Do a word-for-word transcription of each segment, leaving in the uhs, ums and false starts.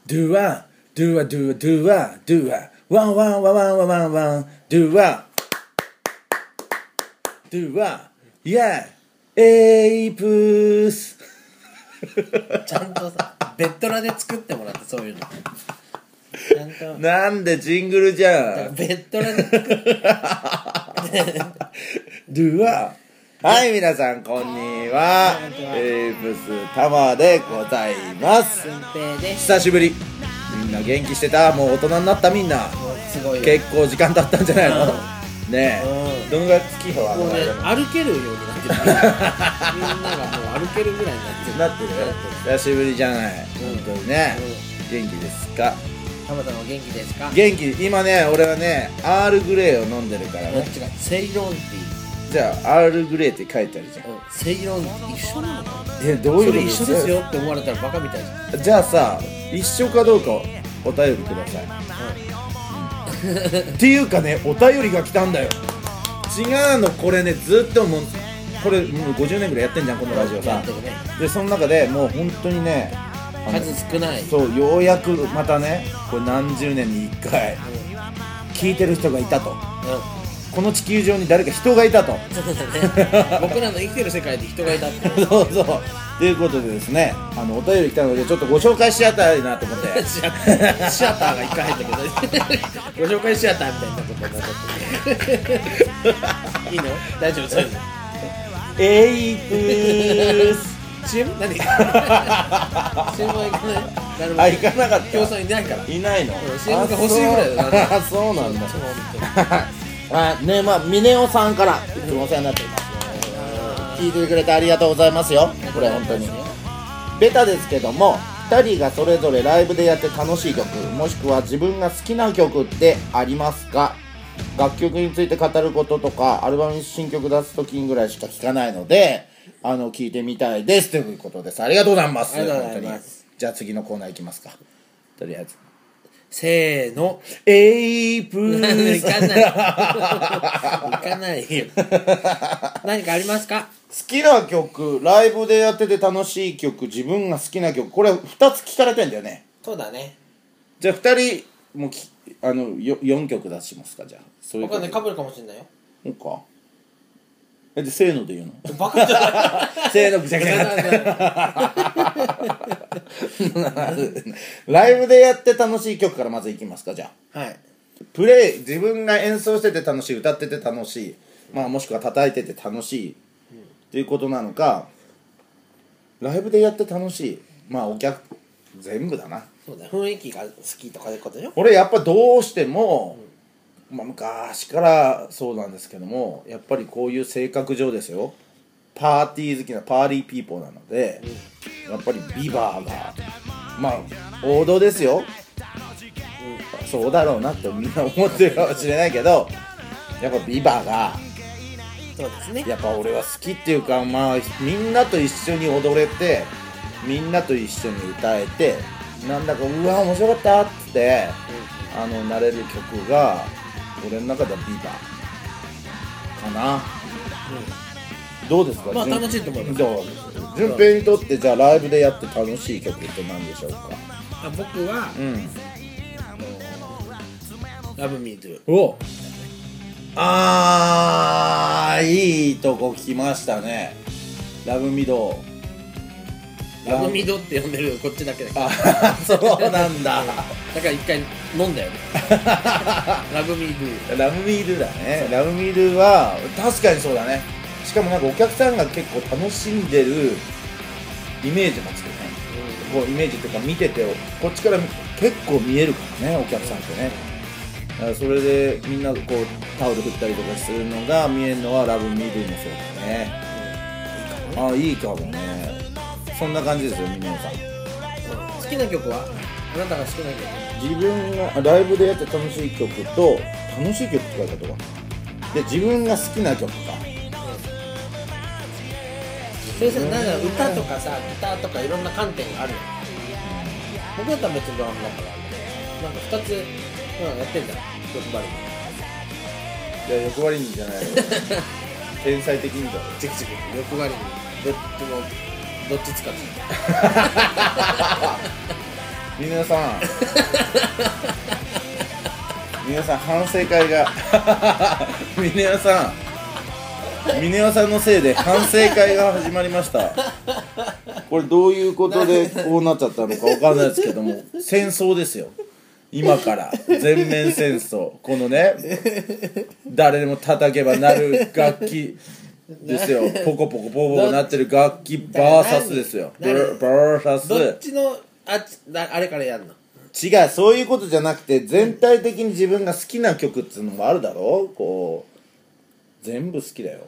do ワン do ワン do ワン do ワン do ワンワンワンワンワンワンワン do ワン do ワン yeah エイプスちゃんとさベッドラで作ってもらってそういうのちゃんとなんでジングルじゃんベッドラで作って do ワンはい皆さんこんにちはエイプスタマでございますすんぺいです久しぶりみんな元気してたもう大人になったみんなすごいよ結構時間経ったんじゃないの、うん、ねえ、うん、どのぐらい月日はもうね歩けるようになってるみんながもう歩けるぐらいになってるなってる久しぶりじゃない、うん、本当にね、うん、元気ですかたまたま元気ですか元気今ね俺はねアールグレーを飲んでるからね違うセイロンティーじゃあ アール グレーって書いてあるじゃん、 うん、セイロン一緒なのえどういうことですかそれ一緒ですよって思われたらバカみたいじゃんじゃあさ一緒かどうかお便りください、うんうん、っていうかねお便りが来たんだよ違うのこれねずっともうこれもうごじゅうねんぐらいやってんじゃんこのラジオさ、ね、でその中でもう本当にね数少ないそうようやくまたねこれ何十年にいっかい、うん、聞いてる人がいたと、うんこの地球上に誰か人がいたとそうだね僕らの生きてる世界で人がいたってそうそうということでですねあのお便り来たのでちょっとご紹介しちゃったいなと思ってシアターがいっかい入ったけどご紹介シアターみたいなことになっちゃっていいの大丈夫そういうのエイプースシーエム 何 シーエム は行かない誰もあ行かなかった協賛いないからいないのシーエム が欲しいぐらいだなあそうなんだあねまあミネオさんからいつもお世話になっています聞いてくれてありがとうございますよこれ本当にベタですけどもふたりがそれぞれライブでやって楽しい曲もしくは自分が好きな曲ってありますか楽曲について語ることとかアルバムに新曲出す時ぐらいしか聞かないのであの聞いてみたいですということですありがとうございますありがとうございますじゃあ次のコーナーいきますかとりあえずせーのエイプース行かない行かないよ何かありますか好きな曲ライブでやってて楽しい曲自分が好きな曲これふたつ聞かれてんだよねそうだねじゃあふたりもきあのよよんきょく出しますかじゃあそういう僕はねかぶるかもしれないよそうかえでせーので言うのバカじゃないせーのぐちゃぐちゃライブでやって楽しい曲からまずいきますかじゃあはいプレイ自分が演奏してて楽しい歌ってて楽しいまあもしくは叩いてて楽しい、うん、っていうことなのかライブでやって楽しいまあお客全部だなそうだ雰囲気が好きとかいうことよ俺やっぱどうしても、うんまあ、昔からそうなんですけどもやっぱりこういう性格上ですよパーティー好きなパーリーピーポーなので、うん、やっぱりビバーがまあ王道ですよ、うん、そうだろうなってみんな思ってるかもしれないけどやっぱビバーがそうですねやっぱ俺は好きっていうかまあみんなと一緒に踊れてみんなと一緒に歌えてなんだかうわ面白かったっつって、うん、あのなれる曲が俺の中ではビバーかな、うん、どうですかまあ楽しいと思います順平にとってじゃあライブでやって楽しい曲って何でしょうかあ僕は、うん、ラブミートゥおあーいいとこ聞きましたねラブミドラブミドって呼んでるこっちだけだけどあそうなんだだから一回飲んだよねラブミドラブミドだねラブミドは確かにそうだねしかもなんかお客さんが結構楽しんでるイメージもつくね、うん、こうイメージっていうか見ててこっちから結構見えるからねお客さんってねだからそれでみんなこうタオル振ったりとかするのが見えるのはラブミドもそうだね、うん、あいいかもねそんな感じですよミネオさん、うん、 好きな曲はあなたが好きな曲自分がライブでやって楽しい曲と楽しい曲って書いたとかで自分が好きな曲か先生なんか歌とかさギターとかいろんな観点があるよ、うん、僕だったら別にドラムだからなんかふたつなんかやってんじゃん欲張りにいや欲張りにじゃないよ天才的にだろチクチク欲張りにどっちもどっち使って皆さん皆さん反省会が皆さん峰代さんのせいで反省会が始まりました。これどういうことでこうなっちゃったのかわかんないですけども、戦争ですよ今から全面戦争。このね誰でも叩けばなる楽器ですよ。ポコポコポコポコなってる楽器バーサスですよ。バーサス。 どっちのあっちあれからやるの？ 違う、そういうことじゃなくて、全体的に自分が好きな曲っていうのもあるだろう。こう全部好きだよ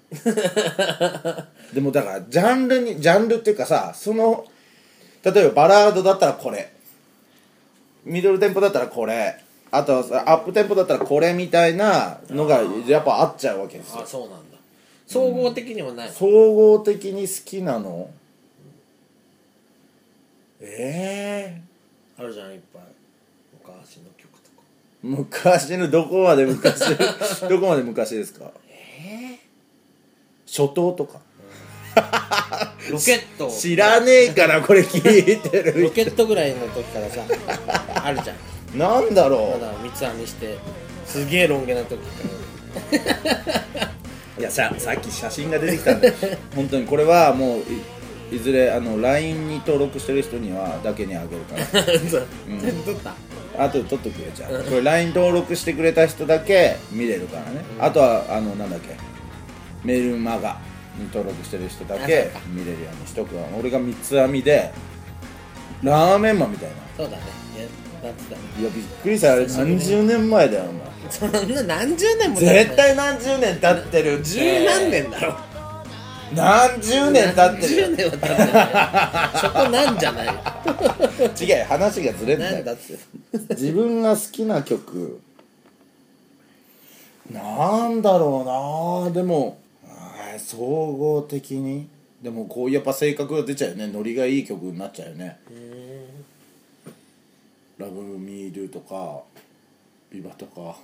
でもだからジャンルにジャンルっていうかさ、その例えばバラードだったらこれ、ミドルテンポだったらこれ、あとはアップテンポだったらこれみたいなのがやっぱ合っちゃうわけですよ。 あ、そうなんだ。総合的にもない、うん、 総合的に好きなの、うん、ええー、あるじゃんいっぱい昔の曲とか。 昔のどこまで昔どこまで昔ですか？ えー、初頭とか、 うん、ロケット知らねえからこれ聞いてるロケットぐらいの時からさあるじゃん。 なんだろう、 まだ三つ編みしてすげえロン毛な時からいや さ, さっき写真が出てきたんで本当にこれはもう い, いずれあの ライン に登録してる人にはだけにあげるからそう、うん、撮ったあとで撮っとくよ。じゃあこれ ライン 登録してくれた人だけ見れるからね、うん、あとはあのなんだっけメールマガに登録してる人だけ見れるようにしとくわ。俺が三つ編みでラーメンマンみたいな。 そうだね、いやなってたね。 いやびっくりした。あれ何十年前だよお前。 そんな何十年も経って絶対何十年経ってるって。 十何年だろ。 何十年経ってる。 何十年は経ってないそこなんじゃない違う、話がずれんだよ。 なんだって自分が好きな曲なんだろうな。でも総合的にでもこうやっぱ性格が出ちゃうよね。ノリがいい曲になっちゃうよね。ラブミールとかビバとか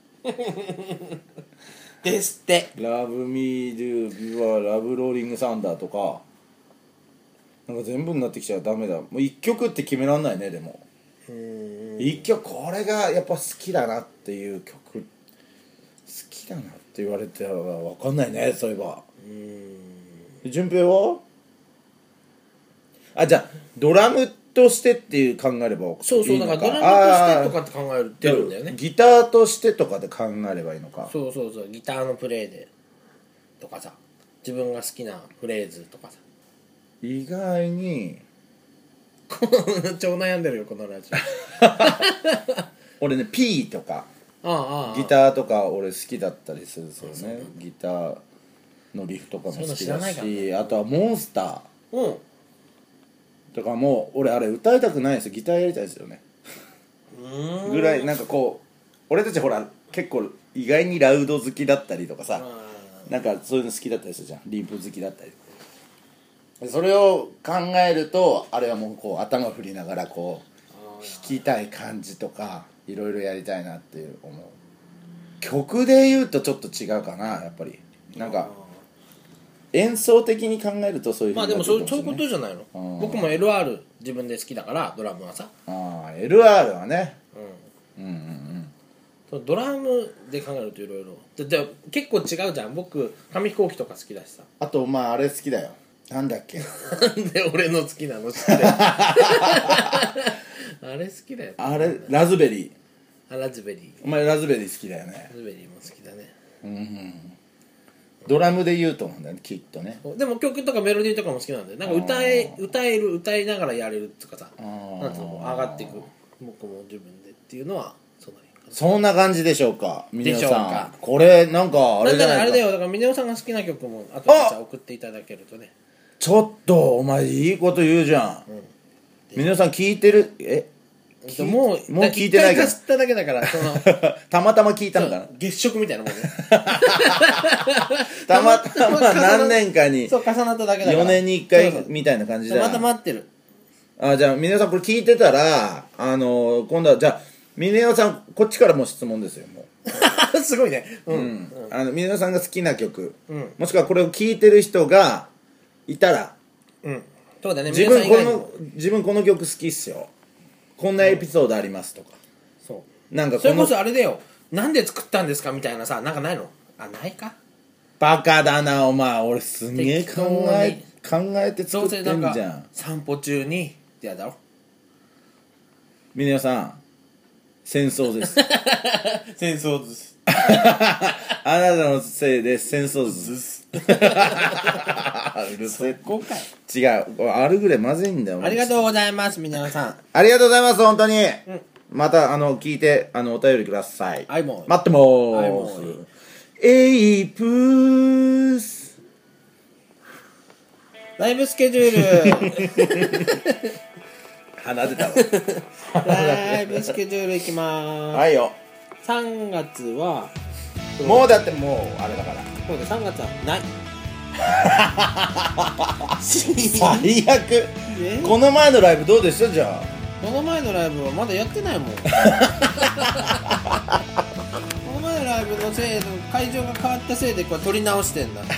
ですって。 ラブミールビバラブローリングサンダーとかなんか全部になってきちゃダメだ。もう一曲って決めらんないね。でも一曲これがやっぱ好きだなっていう曲好きだなって言われては分かんないね。そういえば順平はあ、じゃあドラムとしてっていう考えればいいのか。 そうそう、だからドラムとしてとかって考えてるんだよね。 ギターとしてとかで考えればいいのか。 そうそうそう、ギターのプレイでとかさ、自分が好きなフレーズとかさ。 意外に超悩んでるよこのラジオ俺ね P とかああああギターとか俺好きだったりするんですよね。ギターのリフとかも好きだし、あとはモンスター、うんとかも俺あれ歌いたくないんですよ。ギターやりたいですよねぐらい。なんかこう俺たちほら結構意外にラウド好きだったりとかさ、なんかそういうの好きだったりするじゃん。リープ好きだったり。それを考えるとあれはもうこう頭振りながらこう弾きたい感じとかいろいろやりたいなっていう思う。曲で言うとちょっと違うかなやっぱり。なんか演奏的に考えるとそういうふうになってるかもしれない。まあでもそういうことじゃないの。僕も エルアール 自分で好きだからドラムはさ。 ああ エルアール はね、うん、うんうんうん。ドラムで考えるといろいろで結構違うじゃん。僕紙飛行機とか好きだしさ。 あとまああれ好きだよ。なんだっけなんで俺の好きなの知ってるあれ好きだよ。 あれラズベリー。あラズベリー。 お前ラズベリー好きだよね。 ラズベリーも好きだね。 うんうん。ドラムで言うと思うんだよねきっとね。 でも曲とかメロディーとかも好きなんで、なんか歌え歌える歌いながらやれるとかさ、なんつうの上がっていく僕も自分でっていうのはそんなにそんな感じでしょうか。峰でしょうか。 これなんかあれじゃないか。 あれだよ。だから峰尾さんが好きな曲もあとで送っていただけるとね。 ちょっとお前いいこと言うじゃん。峰尾さん聞いてるえ？ もうもう聞いてないから。 一回かすっただけだからそのたまたま聞いたのかな。 月食みたいなもんね。 たまたま何年かにそう重なっただけだから。 よねんにいっかいみたいな感じだ。 たまたま合ってる。 あじゃあ峰尾さんこれ聞いてたらあの今度はじゃあ峰尾さんこっちからも質問ですよもう。すごいね。 うん。うん、あの峰尾さんが好きな曲、うん、もしくはこれを聞いてる人がいたら、 うん。そうだね。 自分この自分この曲好きっすよ。 こんなエピソードありますとか、 そうなんかこそれこのそあれだよ、なんで作ったんですかみたいなさ、なんかないの？あ、ないか。 バカだなお前、俺すげえ考え考えてど作ってうせなんかんじゃん。 散歩中にってやだろ。 皆さん戦争です戦争です。 あなたのせいで戦争ですうるせえ。 今回違う、あるぐらいまずいんだよ。 ありがとうございます皆さん。 ありがとうございます本当に、 んまたあの聞いてあのお便りください。 はい、もう待ってもはいもーうす。エイプースライブスケジュール鼻出たわライブスケジュールいきまーす。 はいよ。 さんがつはもうだってもうあれだからそうだ、さんがつはない最悪ねこの前のライブどうでしたじゃあ。 この前のライブはまだやってないもんこの前のライブのせいで会場が変わったせいでこれ撮り直してんだ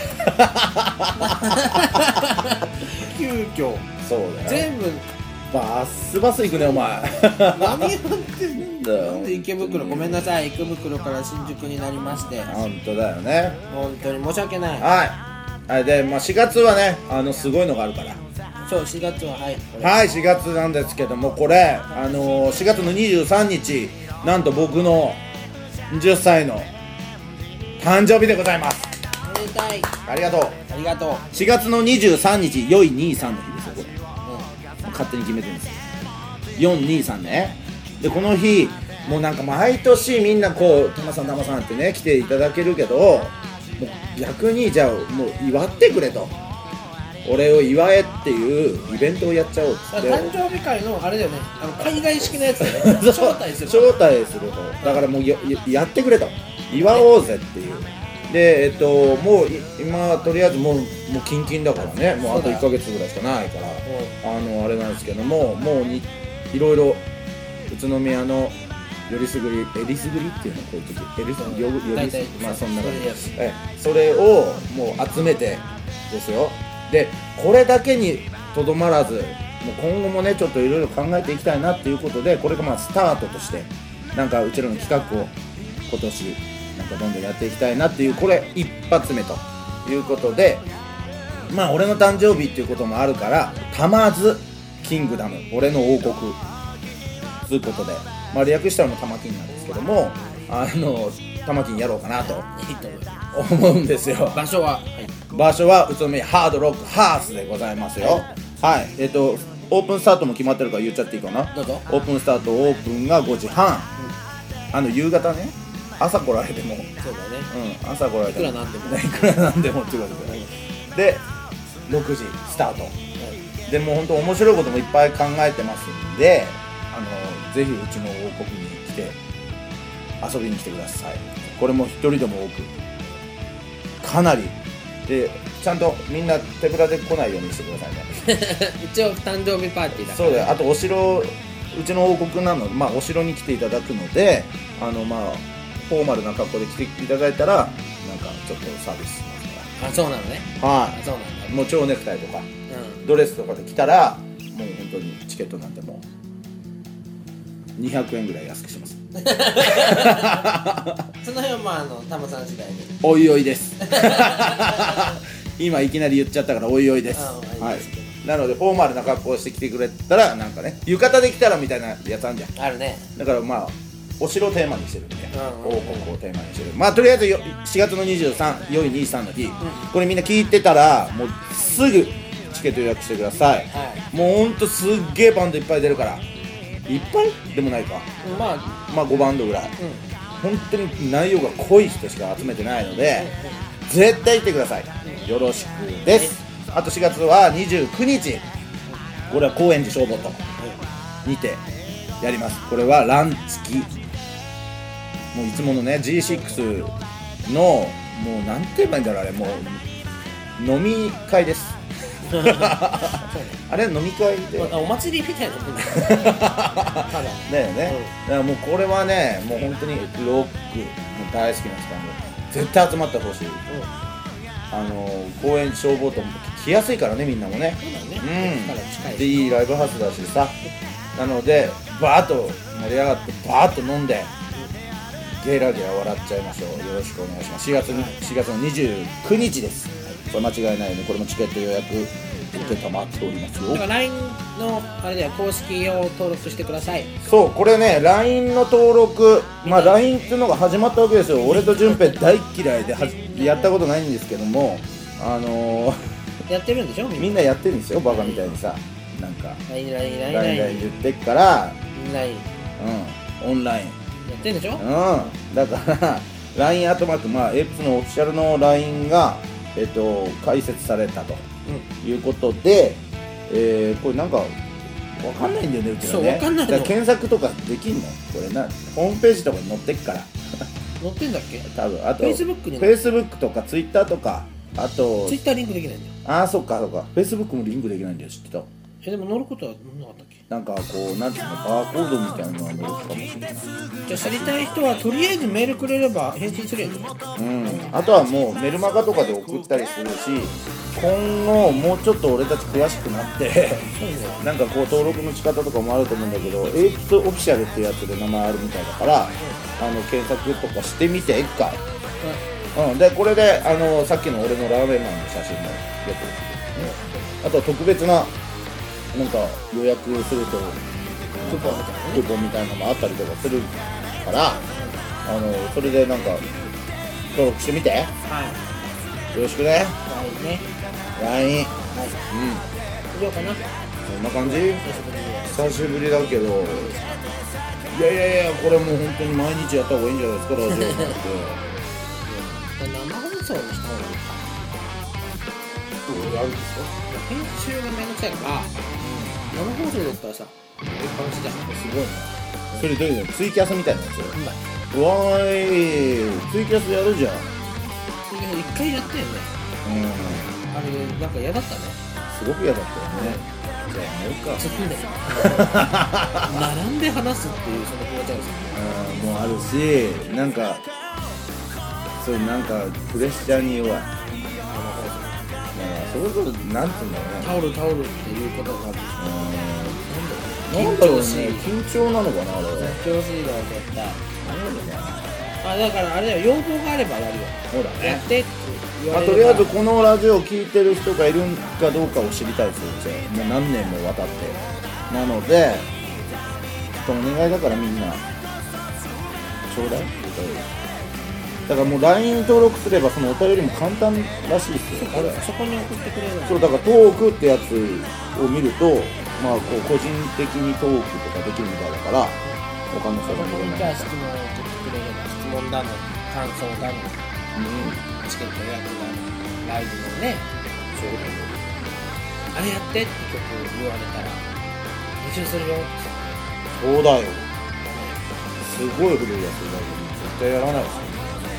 急遽そうだよ。 全部バスバス行くねお前何やってんだよなんで池袋、ごめんなさい、池袋から新宿になりまして本当だよね。 本当に申し訳ない。 はいはい。で、まあ、しがつはねあのすごいのがあるからそう、しがつははいこれはい、しがつなんですけども、これ、あのー、しがつのにじゅうさんにち、なんと僕のじゅっさいの誕生日でございます。 おめでたい。 ありがとう。 ありがとう。 しがつのにじゅうさんにち、よいにじゅうさんの日ですよ、これ。 う勝手に決めてるんですよ。よんにじゅうさんね。で、この日、もうなんか毎年みんなこう、たまさんたまさんってね、来ていただけるけど、もう逆に、じゃあ、もう祝ってくれと。俺を祝えっていうイベントをやっちゃおうっつって。 誕生日会のあれだよね、あの海外式のやつだよね招待する招待する方だからもう や, やってくれと祝おうぜっていうで、えっともう今とりあえずもうもうキンキンだからね、もうあといっかげつぐらいしかないからあのあれなんですけども、もうにいろいろ宇都宮のよりすぐりえりすぐりっていうのこういう時えりすぐりよよりすぐりまあそんな感じですえそれをもう集めてですよ。でこれだけにとどまらず、もう今後もねちょっといろいろ考えていきたいなっていうことで、これがまあスタートとしてなんかうちらの企画を今年なんかどんどんやっていきたいなっていう、これ一発目ということで、まあ俺の誕生日っていうこともあるからたまずキングダム俺の王国ということで、まあ略したらもう玉金なんですけども、あの玉金やろうかなといいと思いま思うんですよ。 す。場所は、はい、 場所は宇都宮ハードロックハースでございますよ。はい、えっとオープンスタートも決まってるから言っちゃっていいかな。 どうぞ。 オープンスタートオープンがごじはん、うん、あの夕方ね、朝来られても、 そうだね、 うん、朝来られてもいくらなんでもいくらなんでもって言われて、でろくじスタート、でもう本当面白いこともいっぱい考えてますんで、あのぜひうちの王国に来て遊びに来てください。これも一人でも多く、かなりでちゃんとみんな手ぶらで来ないようにしてくださいね一応誕生日パーティーだから。 そうだよ。あとお城、うちの王国なので、まあお城に来ていただくので、あのまあフォーマルな格好で来ていただいたらなんかちょっとサービスしますかあ、そうなのね。 ら。はあ、そうなんだ。 い。もう蝶ネクタイとかうドレスとかで来たらもう本当にチケットなんてもうにひゃくえんぐらい安くしますん。その辺はまああのタマさん次第で。 おいおいです今いきなり言っちゃったからおいおいです。 ああはいいいですけど。 なのでフォーマルな格好をしてきてくれたらなんかね、浴衣で来たらみたいなやつあんじゃん。 あるね。 だからまあお城をテーマにしてるんで、 うんうんうん王国をテーマにしてる。まあとりあえずよしがつのにじゅうさん、よいにじゅうさんの日、これみんな聞いてたらもうすぐチケット予約してください。 はもうほんとすっげえバンドいっぱい出るから、いっぱいでもないか、 い。まあ、 まあごバンドぐらい、 うん。 本当に内容が濃い人しか集めてないので絶対来てください。よろしくです。あとしがつはにじゅうくにち、これは高円寺消防とにてやります。これはランチキ、もういつものね ジーシックス のもうなんて言えばいいんだろう、あれもう飲み会ですあれ飲み会でお祭りみたいなもんだよただだよね、だからもうこれはね、もう本当にロックも大好きな人なんで絶対集まってほしい。あの公園消防とも来やすいからね、みんなもね。 そうだね。 うんから近いでいいライブハウスだしさ、なのでバーッと盛り上がってバーッと飲んでゲイラジオ笑っちゃいましょう。よろしくお願いします。しがつのしがつのにじゅうくにちです。これ間違いないよね。これもチケット予約受けたまっておりますよ。 だから ライン のあれだよ、公式を登録してください。 そうこれね ライン の登録、まあ ライン っていうのが始まったわけですよ。俺と順平大嫌いではやったことないんですけども、あのー、 やってるんでしょみんな。 みんなやってるんですよバカみたいにさ、なんかライン ライン ラインラインラライインン言ってっから、 ラインうん、オンライン、 やってんでしょ。 うん、だから ライン アットマーク、まあ エイプスのオフィシャルの ライン がえっと開設されたということで、えー、これなんかわかんないんだよねうちらね。 そうわかんないの。 だから検索とかできんのこれな、ホームページとかに載ってっから載ってんだっけ。 多分あと Facebook にフェイスブックとか Twitter とか、あと Twitter リンクできないんだよ。 ああそっかそっか、フェイスブックもリンクできないんだよ、知ってた。 えでも乗ることは乗んなかったっけ。 なんかこうなんていうのバーコードみたいなのが載るかもしれない。 じゃあ知りたい人はとりあえずメールくれれば返信するやん。 うん、あとはもうメルマガとかで送ったりするし、今後もうちょっと俺たち詳しくなってなんかこう登録の仕方とかもあると思うんだけど、エイプスオフィシャルってやつで名前あるみたいだから、あの検索とかしてみて一回、うん、でこれであのさっきの俺のラーメンマンの写真もやってる、うん、あとは特別ななんか予約するとクーポンみたいなね、クーポンみたいなのもあったりとかするから、あのそれでなんか登録してみて、 はい、 よろしくね。 ライン ね。 ライン、 はい、 うん、 以上かな。 そんな感じ。 久しぶりです。 久しぶりだけど、いやいやいやこれもう本当に毎日やった方がいいんじゃないですかラジオなんて生放送にした方がいいか。 やるんですか。 編集がめんどくさいから、生放送だったらさ、こういう感じじゃん。すごいね。 それどういうの、ツイキャスみたいなやつ。 うまい。 うわーい、ツイキャスやるじゃん。 一回やったよね。 うん、 あれなんか嫌だったね。 すごく嫌だったよね。じゃあやるか。 ちょっとね並んで話すっていうその気持ち悪さうん、もうあるし、なんかそういうなんかプレッシャーに弱い。そういうことなんていうんだろうね。 タオルタオルっていうことがある。 なんだろうね、緊張なのかなあれは。 緊張しいだろ絶対。あだからあれだよ、要望があればやるよ。 そうだね。 やってって言まあ、 われれば。 とりあえずこのラジオを聞いてる人がいるかどうかを知りたいですよ。じゃあもう何年もわたってなので、ちょっとお願いだからみんなちょうだい。だからもう ライン 登録すればそのお便りも簡単らしいですよ。 あれそこに送ってくれるの。 そうだからトークってやつを見ると、まあこう個人的にトークとかできるみたいだから、他の人そがこにじゃあ質問を送ってくれれば、質問だの感想だの、 うん、 チケット予約だの、ライブのね、 そうだよ。 あれやってって曲言われたら練習するよって。 そうだよ。すごい古いやつだけど絶対やらないですよ。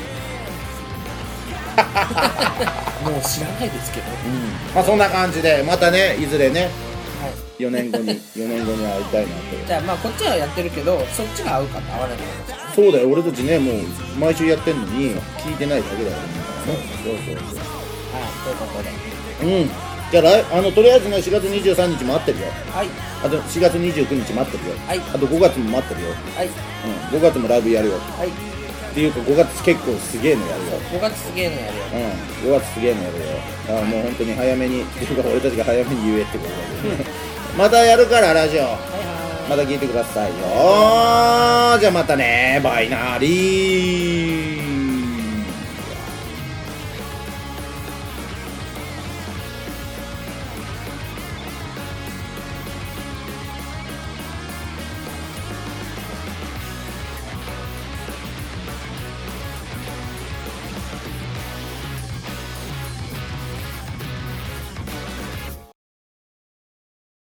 もう知らないですけど、 うん、まあそんな感じでまたね、いずれね、 はい、 よねんごによねんごに会いたいなと。 じゃあまあこっちはやってるけど、そっちが合うかと合わないかもしれない。 そうだよ、俺たちねもう毎週やってんのに聞いてないだけだよね。そうそうそう。 はい、ということで、 うん。じゃあ来あのとりあえずねしがつにじゅうさんにち待ってるよ。 はいあとしがつにじゅうくにち待ってるよ。 はいあとごがつも待ってるよ。 はいうん。ごがつもライブやるよ。 はい、 っていうかごがつ結構すげえのやるよ。 ごがつすげえのやるよ。 うん。ごがつすげえのやるよ。だからもう本当に早めにっていうか俺たちが早めに言えってことだけどね。またやるからラジオ。 はいはいまた聞いてくださいよ。じゃあまたね。バイナリー。